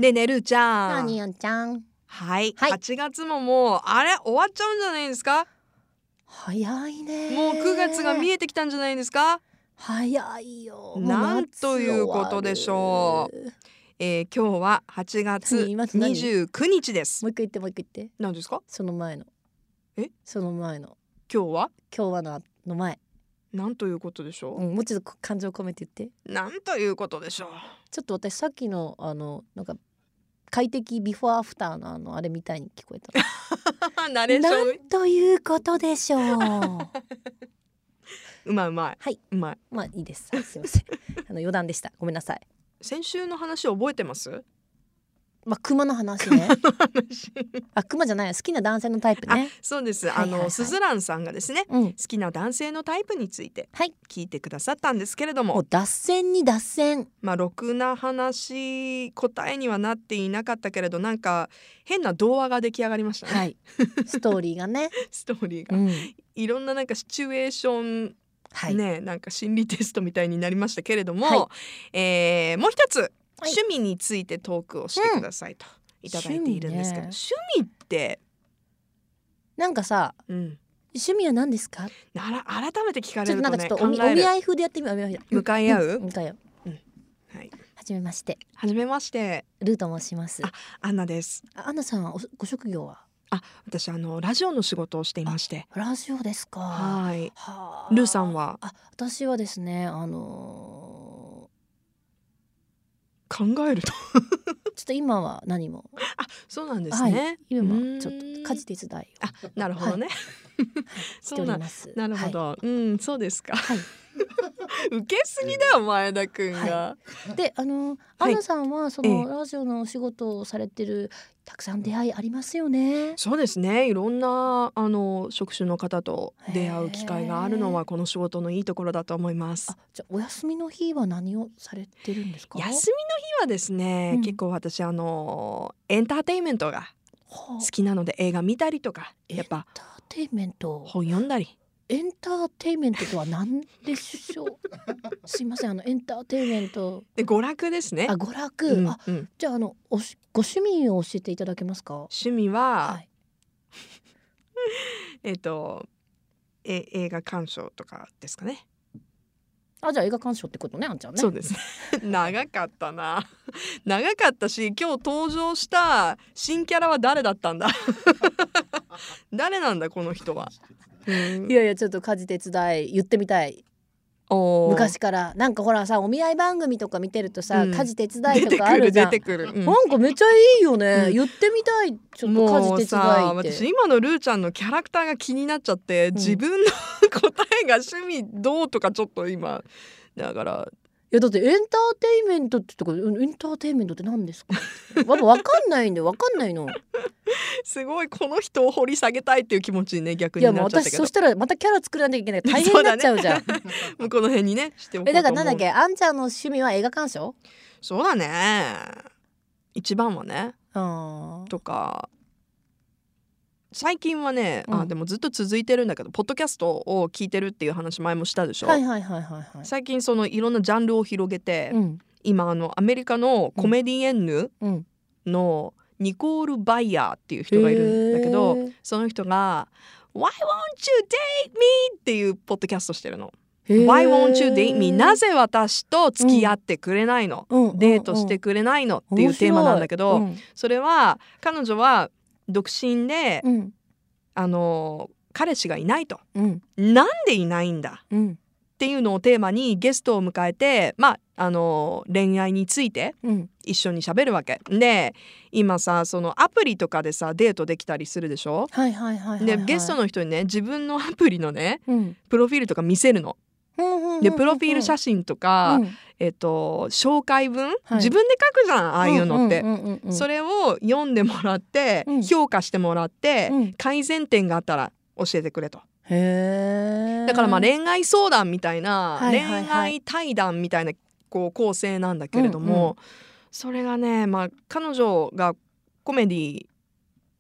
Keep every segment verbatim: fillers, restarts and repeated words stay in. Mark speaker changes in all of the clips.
Speaker 1: でねるーちゃん。
Speaker 2: 何よんちゃん。
Speaker 1: はい、
Speaker 2: はい、
Speaker 1: はちがつももうあれ終わっちゃうんじゃないですか。
Speaker 2: 早いね。
Speaker 1: もうくがつが見えてきたんじゃないですか。
Speaker 2: 早いよ。
Speaker 1: なんということでしょう。えー、今日ははちがつにじゅうくにちです。
Speaker 2: もう一回言ってもう一回言って。
Speaker 1: 何ですか。
Speaker 2: その前の
Speaker 1: え
Speaker 2: その前の
Speaker 1: 今日は
Speaker 2: 今日はのの前。
Speaker 1: なんということでしょう、
Speaker 2: うん、もうちょっと感情込めて言って。
Speaker 1: なんということでしょう。
Speaker 2: ちょっと私さっきのあのなんか快適ビフォーアフターのあのあれみたいに聞こえた
Speaker 1: ナレーション。
Speaker 2: なんということでしょう
Speaker 1: うまいうまい。
Speaker 2: はい、
Speaker 1: うまい。
Speaker 2: まあいいです。すいませんあの余談でした。ごめんなさい。
Speaker 1: 先週の話覚えてます？
Speaker 2: まあ熊の話ねあ、熊じゃない、好きな男性のタイプね。
Speaker 1: あ、そうです。
Speaker 2: はいはいはい、
Speaker 1: あのスズランさんがですね、
Speaker 2: うん、
Speaker 1: 好きな男性のタイプについて
Speaker 2: はい、
Speaker 1: 聞いてくださったんですけれども、
Speaker 2: もう脱線に脱線。
Speaker 1: まあろくな話答えにはなっていなかったけれど、なんか変な童話が出来上がりましたね。
Speaker 2: はい、ストーリーがね
Speaker 1: ストーリーが、
Speaker 2: うん、
Speaker 1: いろんななんかシチュエーション、
Speaker 2: はい、
Speaker 1: ね、なんか心理テストみたいになりましたけれども、
Speaker 2: はい、
Speaker 1: えー、もう一つ、はい、趣味についてトークをしてくださいといただいているんですけど、
Speaker 2: うん、
Speaker 1: 趣味って
Speaker 2: なんかさ、
Speaker 1: うん、
Speaker 2: 趣味は何ですか。
Speaker 1: なら改めて聞か
Speaker 2: ちょっとなん
Speaker 1: れるとね、
Speaker 2: かちょっとお見、
Speaker 1: 考える。
Speaker 2: お見合い風でやってみよう。
Speaker 1: 向かい合う、
Speaker 2: うん、向かい合う、
Speaker 1: うん、はい、
Speaker 2: はじめまして。
Speaker 1: はじめまして、
Speaker 2: ルーと申します。
Speaker 1: あ、アンナです。
Speaker 2: アンナさん、ご職業は。
Speaker 1: あ、私あのラジオの仕事をしていまして。
Speaker 2: ラジオですか。
Speaker 1: はい。
Speaker 2: は
Speaker 1: ルーさんは。
Speaker 2: あ、私はですね、あの
Speaker 1: ー、考えるとち
Speaker 2: ょっと今は何も。
Speaker 1: あ、そうなんですね、はい、
Speaker 2: 今もちょっと家事手伝いを。
Speaker 1: あ、なるほどね、はい
Speaker 2: しております。
Speaker 1: なるほど、はい、うん、そうですか、はい、受けすぎだよ前田くんが、
Speaker 2: はい、で、あの、アンナさんはそのラジオのお仕事をされてる、たくさん出会いありますよね。
Speaker 1: そうですね、いろんなあの職種の方と出会う機会があるのはこの仕事のいいところだと思います。
Speaker 2: あ、じゃあお休みの日は何をされてるんですか。
Speaker 1: 休みの日はですね、うん、結構私あのエンターテインメントが好きなので、映画見たりとか、やっぱ
Speaker 2: エンターテインメント、
Speaker 1: 本読んだり。
Speaker 2: エンターテインメントとは何でしょうすいません、あのエンターテインメント
Speaker 1: で娯楽ですね。
Speaker 2: あ、娯楽、うん、あ、うん、じゃあ、あのおしご趣味を教えていただけますか。
Speaker 1: 趣味は、はい、えっとえ映画鑑賞とかですかね。
Speaker 2: あ、じゃあ映画鑑賞ってことね、あんちゃんね。
Speaker 1: そうですね長かったな長かったし、今日登場した新キャラは誰だったんだ誰なんだこの人は。
Speaker 2: うん、いやいや、ちょっと家事手伝い言ってみたい。昔からなんかほらさ、お見合い番組とか見てるとさ、うん、家事手伝いとかあるじゃん。
Speaker 1: 出てくる出てくる、うん、
Speaker 2: なんかめっちゃいいよね、うん、言ってみたい。ちょっと家事手伝いって。
Speaker 1: もうさ、私今のルーちゃんのキャラクターが気になっちゃって、うん、自分の答えが趣味どうとかちょっと今だから。
Speaker 2: いやだってエンターテインメントってとか、エンターテインメントって何ですかわかんないんでわかんないの
Speaker 1: すごいこの人を掘り下げたいっていう気持ちにね、逆になっちゃったけど。いやもう私
Speaker 2: そしたらまたキャラ作らなきゃいけない、大変になっちゃうじゃん、ね、
Speaker 1: もうこの辺にねしておこうと思う。
Speaker 2: え、だからなんだっけ、あんちゃんの趣味は映画鑑賞。
Speaker 1: そうだね、一番はね、
Speaker 2: あ
Speaker 1: とか最近はね、うん、あでもずっと続いてるんだけど、ポッドキャストを聞いてるっていう話前もしたでしょ。
Speaker 2: はいはいはいはい、はい、
Speaker 1: 最近そのいろんなジャンルを広げて、
Speaker 2: うん、
Speaker 1: 今あのアメリカのコメディエンヌのニコール・バイヤーっていう人がいるんだけど、その人が Why won't you date me っていうポッドキャストしてるの。Why won't you date me なぜ私と付き合ってくれないの、うん、デートしてくれないのっていうテーマなんだけど、うん、それは彼女は独身で、うん、あの彼氏がいないと、うん、なんでいないんだ、うん、っていうのをテーマにゲストを迎えて、まあ、あの恋愛について一緒に喋るわけ、うん、で今さそのアプリとかでさデートできたりするでしょ。
Speaker 2: はいはいはいはい、はい、
Speaker 1: でゲストの人にね自分のアプリのね、うん、プロフィールとか見せるの。でプロフィール写真とか、うん、えっと、紹介文、はい、自分で書くじゃんああいうのって、それを読んでもらって、うん、評価してもらって、うん、改善点があったら教えてくれと。
Speaker 2: へー。
Speaker 1: だからまあ恋愛相談みたいな、はいはいはい、恋愛対談みたいなこう構成なんだけれども、うんうん、それがね、まあ、彼女がコメディ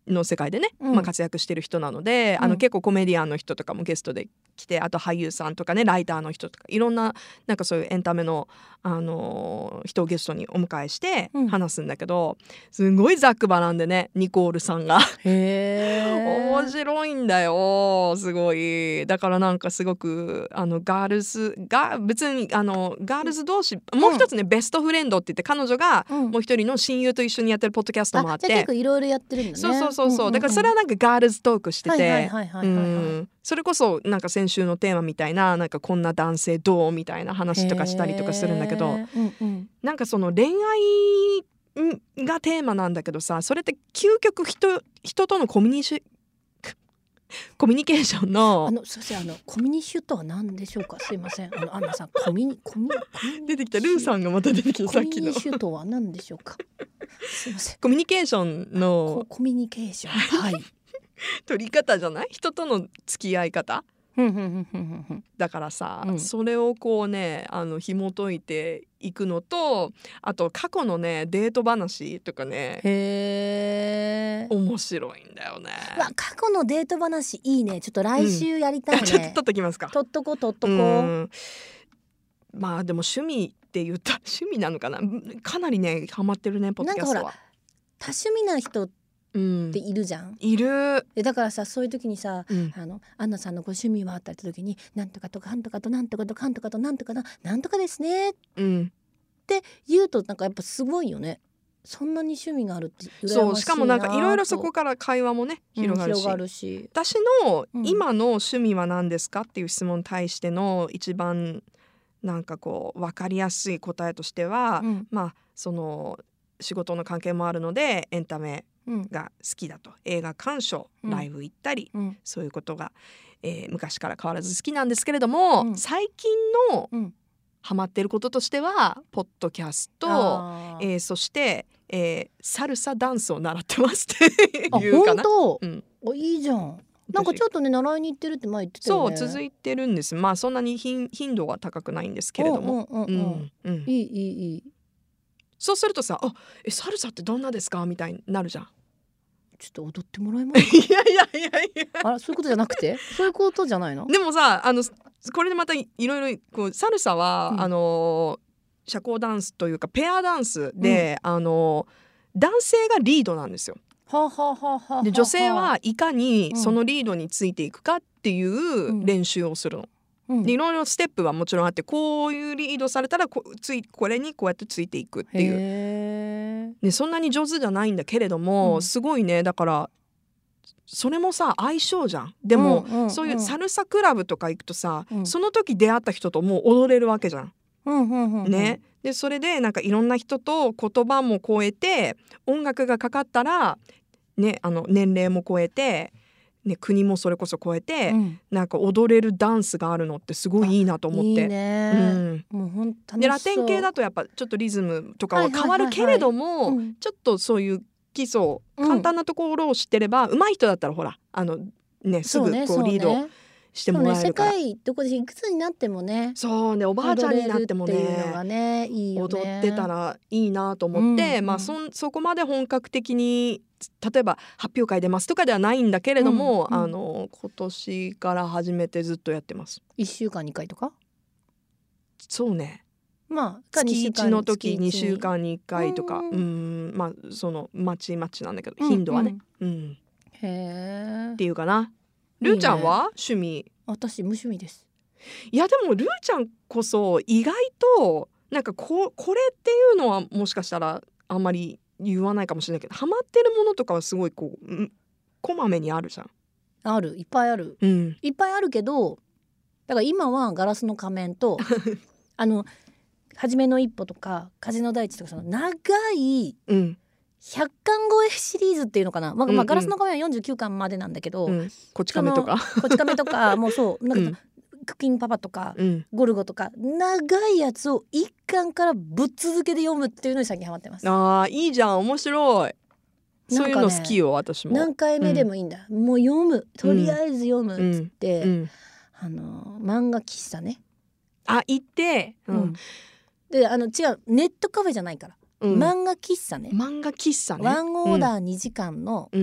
Speaker 1: の世界でね、
Speaker 2: うん
Speaker 1: まあ、活躍してる人なので、
Speaker 2: うん
Speaker 1: あの結構コメディアンの人とかもゲストで来て、あと俳優さんとかねライターの人とかいろんななんかそういうエンタメの、あのー人をゲストにお迎えして
Speaker 2: うん
Speaker 1: 話すんだけど、すごいざっくばらんでねニコールさんが
Speaker 2: へ
Speaker 1: 面白いんだよすごい。だからなんかすごくあのガールズが別にあのガールズ同士、もう一つね、ベストフレンドって言って彼女が
Speaker 2: うん
Speaker 1: もう一人の親友と一緒にやってるポッドキャストもあっ
Speaker 2: あじゃあ
Speaker 1: て、
Speaker 2: 結構いろいろやってるんだね。
Speaker 1: そうそうそうそう、
Speaker 2: んんん
Speaker 1: だからそれはなんかガールズトークして
Speaker 2: はいはい
Speaker 1: て、
Speaker 2: はいはいはいはい
Speaker 1: うんそれこそなんか先週のテーマみたいななんかこんな男性どうみたいな話とかしたりとかするんだけど、
Speaker 2: へーうんうん
Speaker 1: なんかその恋愛がテーマなんだけどさ、それって究極人人とのコミュニシコミュニケーションの
Speaker 2: あのすいません、あのコミュニシュとは何でしょうか。すいません、あのアンナさん、コミュニコミュコミュニ
Speaker 1: 出てきたルーさんがまた出てきたさっきの
Speaker 2: コミュニシュとは何でしょうか。すいません、
Speaker 1: コミュニケーション
Speaker 2: コ
Speaker 1: の
Speaker 2: コミュニケーション、はい。
Speaker 1: 取り方じゃない、人との付き合い方
Speaker 2: ふんふんふんふんふんふん
Speaker 1: だからさ、
Speaker 2: うん
Speaker 1: それをこうねあの紐解いていくのと、あと過去のねデート話とかね
Speaker 2: へー。
Speaker 1: 面白いんだよね。
Speaker 2: わ過去のデート話いいね。ちょっと来週やりたいね。
Speaker 1: ちょっと取っときますか。
Speaker 2: とっとことっとこ。
Speaker 1: うんまあでも趣味って言ったら趣味なのかな、かなりねハマってるねポッドキャストは。
Speaker 2: なんかほ多趣味な人っ
Speaker 1: うん
Speaker 2: ているじゃん。
Speaker 1: いる、
Speaker 2: でだからさ、そういう時にさ、
Speaker 1: うん
Speaker 2: あのアンナさんのご趣味はあったり時になんとかとかなんとかとなんとかとかんとかとなんとかななんとかですねっ
Speaker 1: うん、
Speaker 2: て言うとなんかやっぱすごいよね。そんなに趣味があるって羨ましいな。
Speaker 1: そうしかもなんかいろいろそこから会話もね
Speaker 2: うん
Speaker 1: 広がるし、
Speaker 2: 広がるし。
Speaker 1: 私の
Speaker 2: うん
Speaker 1: 今の趣味は何ですかっていう質問に対しての一番なんかこう分かりやすい答えとしては、
Speaker 2: うん
Speaker 1: まあその仕事の関係もあるのでエンタメ
Speaker 2: うん
Speaker 1: が好きだと、映画鑑賞
Speaker 2: うん
Speaker 1: ライブ行ったり、
Speaker 2: うん
Speaker 1: そういうことが、えー昔から変わらず好きなんですけれども、
Speaker 2: うん
Speaker 1: 最近の
Speaker 2: うん
Speaker 1: ハマってることとしてはポッドキャスト、
Speaker 2: あー
Speaker 1: えーそして、えーサルサダンスを習ってますって
Speaker 2: あ
Speaker 1: いうかな。
Speaker 2: 本当、
Speaker 1: うん
Speaker 2: おいいじゃん。なんかちょっとね習いに行ってるって前言ってたよね。
Speaker 1: そう続いてるんです。まあそんなに頻頻度は高くないんですけれども、
Speaker 2: うんうんうんうん
Speaker 1: うん
Speaker 2: いいいいいい。
Speaker 1: そうするとさ、あえサルサってどんなですかみたいになるじゃん。
Speaker 2: ちょっと踊ってもらえますか。
Speaker 1: いやいやいやいや
Speaker 2: あらそういうことじゃなくてそういうことじゃないの。
Speaker 1: でもさあのこれでまたいろいろこうサルサは、
Speaker 2: うん
Speaker 1: あの社交ダンスというかペアダンスで、あの男性がリードなんですよ。
Speaker 2: はあはあはあはあ
Speaker 1: で女性はいかに
Speaker 2: うん
Speaker 1: そのリードについていくかっていう練習をするの。
Speaker 2: うん
Speaker 1: でいろいろステップはもちろんあって、こういうリードされたらこついこれにこうやってついていくっていう。
Speaker 2: へ
Speaker 1: でそんなに上手じゃないんだけれども、
Speaker 2: うん
Speaker 1: すごいね。だからそれもさ相性じゃん。でも、
Speaker 2: うんうんうん
Speaker 1: そういうサルサクラブとか行くとさ、
Speaker 2: うん
Speaker 1: その時出会った人ともう踊れるわけじゃん。
Speaker 2: うんうんうんうん
Speaker 1: ね、でそれでなんかいろんな人と言葉も超えて音楽がかかったら、ね、あの年齢も超えて、ね、国もそれこそ超えて、
Speaker 2: うん
Speaker 1: なんか踊れるダンスがあるのってすごいいいなと思って。
Speaker 2: いいね、
Speaker 1: うん
Speaker 2: もうほんと
Speaker 1: で
Speaker 2: 楽しそう
Speaker 1: ラテン系だとやっぱちょっとリズムとかは
Speaker 2: はいはいはいはい
Speaker 1: 変わるけれども、
Speaker 2: うん
Speaker 1: ちょっとそういう基礎
Speaker 2: うん
Speaker 1: 簡単なところを知ってれば、上手い人だったらほらあの、ね、すぐこう
Speaker 2: そうねそうね
Speaker 1: リードしても
Speaker 2: そうね世
Speaker 1: らえるから。
Speaker 2: 界どこでいくつになってもね
Speaker 1: そうねおばあちゃんになっても
Speaker 2: 踊れるっていうの
Speaker 1: ね
Speaker 2: がねいいよね。
Speaker 1: 踊ってたらいいなと思って、
Speaker 2: うん
Speaker 1: まあ、そんそこまで本格的に例えば発表会出ますとかではないんだけれども、
Speaker 2: うんうん
Speaker 1: あの今年から始めてずっとやってます。
Speaker 2: いっしゅうかんにかいとか
Speaker 1: そうね
Speaker 2: まあか
Speaker 1: 月いちの時にしゅう
Speaker 2: ん
Speaker 1: かんにいっかいとか
Speaker 2: う
Speaker 1: うんんまあそのまちまちなんだけど
Speaker 2: うん
Speaker 1: 頻度はね、うん
Speaker 2: へえ
Speaker 1: っていうかな。ルーちゃんは趣味？
Speaker 2: 私無趣味です。
Speaker 1: いやでもルーちゃんこそ意外となんかここれっていうのはもしかしたらあんまり言わないかもしれないけど、ハマってるものとかはすごいこうんこまめにあるじゃん。
Speaker 2: あるいっぱいある
Speaker 1: うん、
Speaker 2: いっぱいあるけどだから今はガラスの仮面とあの初めの一歩とか風の大地とかその長い
Speaker 1: うん
Speaker 2: ひゃっかん超えシリーズっていうのかな、まあ
Speaker 1: うんうん
Speaker 2: まあ、ガラスの仮面はよんじゅうきゅうかんまでなんだけど、
Speaker 1: うん、こち亀とか、
Speaker 2: こち亀とかもうそうなんか、
Speaker 1: うん
Speaker 2: クッキンパパとか、
Speaker 1: うん、
Speaker 2: ゴルゴとか長いやつを一巻からぶっ続けで読むっていうのに最近ハマってます。
Speaker 1: あーいいじゃん面白い。そういうの好きよ私も。
Speaker 2: 何回目でもいいんだ、もう読むとりあえず読むっつって、
Speaker 1: うん、
Speaker 2: あの漫画喫茶ね、
Speaker 1: あ行って、う
Speaker 2: うんん、であの違うネットカフェじゃないから、
Speaker 1: うん、
Speaker 2: 漫画喫茶ね、
Speaker 1: 漫画喫茶ね。
Speaker 2: ワンオーダーにじかんの
Speaker 1: うん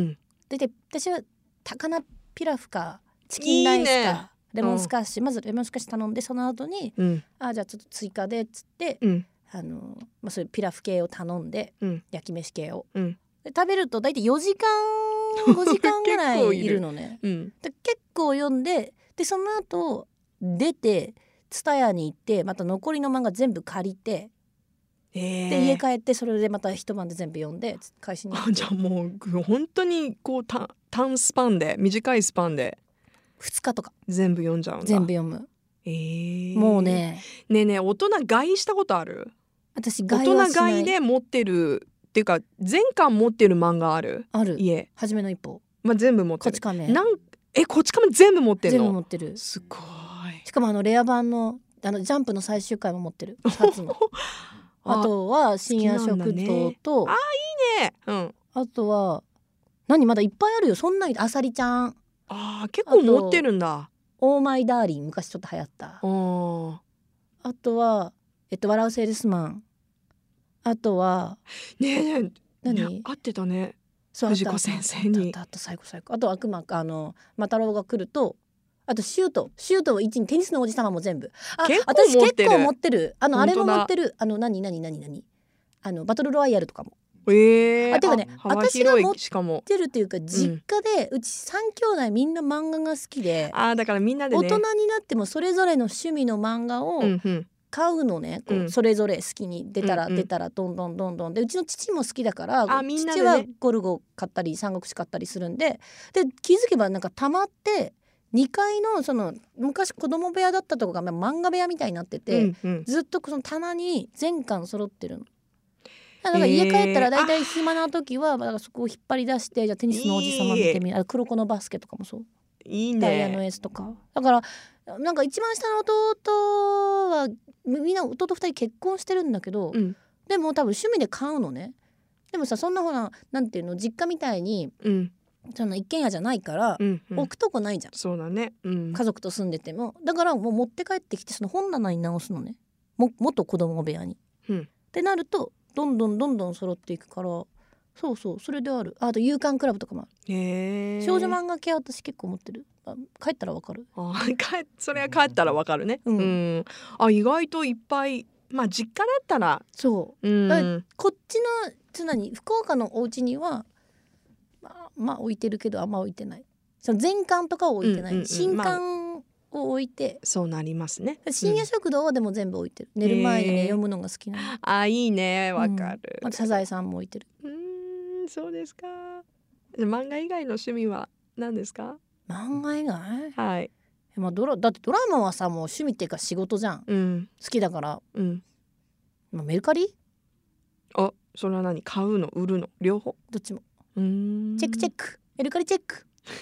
Speaker 2: 大体私は高菜ピラフかチキンライスかいい、ね、レモンスカッシュ、うん、まずレモンスカッシュ頼んでその後に、うん、あじゃあちょっと追加でっつって、うん、あのまあ、そういうピラフ系を頼んで、うん、焼き飯系を、うん、で食べると大体よじかんごじかんぐらいいるのねうん、で結構読んででその後出てツタヤに行ってまた残りの漫画全部借りて、えー、で家帰ってそれでまた一晩で全部読んで返しに行って。
Speaker 1: じゃあもう本当にこうた短スパンで短いスパンで
Speaker 2: ふつかとか
Speaker 1: 全部読んじゃうんだ。
Speaker 2: 全部読む、え
Speaker 1: ー、
Speaker 2: もうね
Speaker 1: ねえねえ大人買いしたことある？
Speaker 2: 私買いはしない。
Speaker 1: 大人買いで持ってるっていうか全巻持ってる漫画ある？
Speaker 2: ある。
Speaker 1: 家
Speaker 2: はじめの一歩、
Speaker 1: まあ、全部持ってる。
Speaker 2: こち亀
Speaker 1: なんえこち亀全部持ってるの？
Speaker 2: 全部持ってる。
Speaker 1: すごい。
Speaker 2: しかもあのレア版のあのジャンプの最終回も持ってる初のあとは深夜食堂と、
Speaker 1: ね、あいいね、うん、
Speaker 2: あとは何まだいっぱいあるよ。そんなにあさりちゃん、
Speaker 1: あ結構持ってるんだ。
Speaker 2: オーマイダーリン昔ちょっと流行った。あとはえっと笑うセールスマン、あとは
Speaker 1: ねえねえ
Speaker 2: 何
Speaker 1: 合ってたね藤子先生に。
Speaker 2: あと最後最後あと悪魔あのマタロウが来ると、あとシュートシュートを一にテニスの王子様も全部。あ
Speaker 1: 結構
Speaker 2: 私結構持ってる。あのあれも持ってる。あの何何何何あのバトルロワイヤルとかも。
Speaker 1: えー、
Speaker 2: あていうかね私が持ってるっていうか
Speaker 1: うん、
Speaker 2: 実家でうちさん兄弟みんな漫画が好きで、
Speaker 1: あだからみんなでね
Speaker 2: 大人になってもそれぞれの趣味の漫画を買うのね、こうそれぞれ好きに出たら出たらどんどんどんどんで、うちの父も好きだから父はゴルゴ買ったり三国志買ったりするんで、で気づけばなんかたまってにかいのその昔子供部屋だったとこが漫画部屋みたいになってて、うんうん、ずっとその棚に全巻揃ってるの。だから家帰ったらだいたい暇な時はだからそこを引っ張り出して、じゃあテニスの王子様見てみる、あ黒子のバスケとかもそう、
Speaker 1: いいね、
Speaker 2: ダイヤのエースとか。だからなんか一番下の弟はみんな弟ふたり結婚してるんだけど、うん、でも多分趣味で買うのね。でもさそんなほらなんていうの実家みたいに、うん、その一軒家じゃないから、うんうん、置くとこないじゃん。
Speaker 1: そうだね、うん、
Speaker 2: 家族と住んでても。だからもう持って帰ってきてその本棚に直すのね、も元子供部屋に、うん、ってなるとどんどんどんどん揃っていくから、そうそうそれである。 あ, あと夕刊クラブとかもある。へ少女漫画系私結構持ってる。あ帰ったらわかる。
Speaker 1: あそれは帰ったらわかるね、うんうん、あ意外といっぱい。まあ実家だったら
Speaker 2: そう、うん、こっちのつなに福岡のお家にはまあ、まあ置いてるけどあんま置いてない。その全巻とかを置いてない、うんうんうん、新刊を置いて、まあ、
Speaker 1: そうなりますね。
Speaker 2: 深夜食堂はでも全部置いてる、うん、寝る前に、ね、読むのが好きなの。
Speaker 1: あいいねわかる、
Speaker 2: うん、サザエさんも置いてる。
Speaker 1: うーんそうですか。漫画以外の趣味は何ですか？
Speaker 2: 漫画以外、
Speaker 1: はい、
Speaker 2: まあ、ドラだってドラマはさもう趣味っていうか仕事じゃん、うん、好きだから、うんまあ、メルカリ
Speaker 1: あそれは何買うの売るの両方
Speaker 2: どっちもうーんチェックチェックメルカリチェック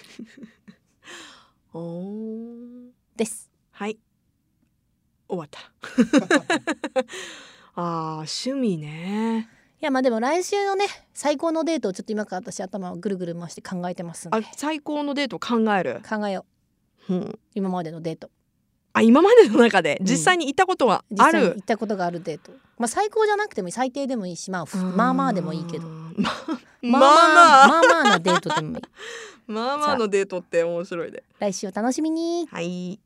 Speaker 2: おです
Speaker 1: はい終わったあ趣味ね。
Speaker 2: いやまあでも来週のね最高のデートをちょっと今から私頭をぐるぐる回して考えてますんで。
Speaker 1: あ最高のデートを考える
Speaker 2: 考えよう、うん、今までのデート。
Speaker 1: あ今までの中で実際に行ったことはある、
Speaker 2: うん、実際に行ったことがあるデート、まあ、最高じゃなくてもいい最低でもいいし、まあ、まあまあでもいいけどまあまあまあまあまあなデートでもいい
Speaker 1: まあまあのデートって面白いで。
Speaker 2: 来週お楽しみに。
Speaker 1: はい。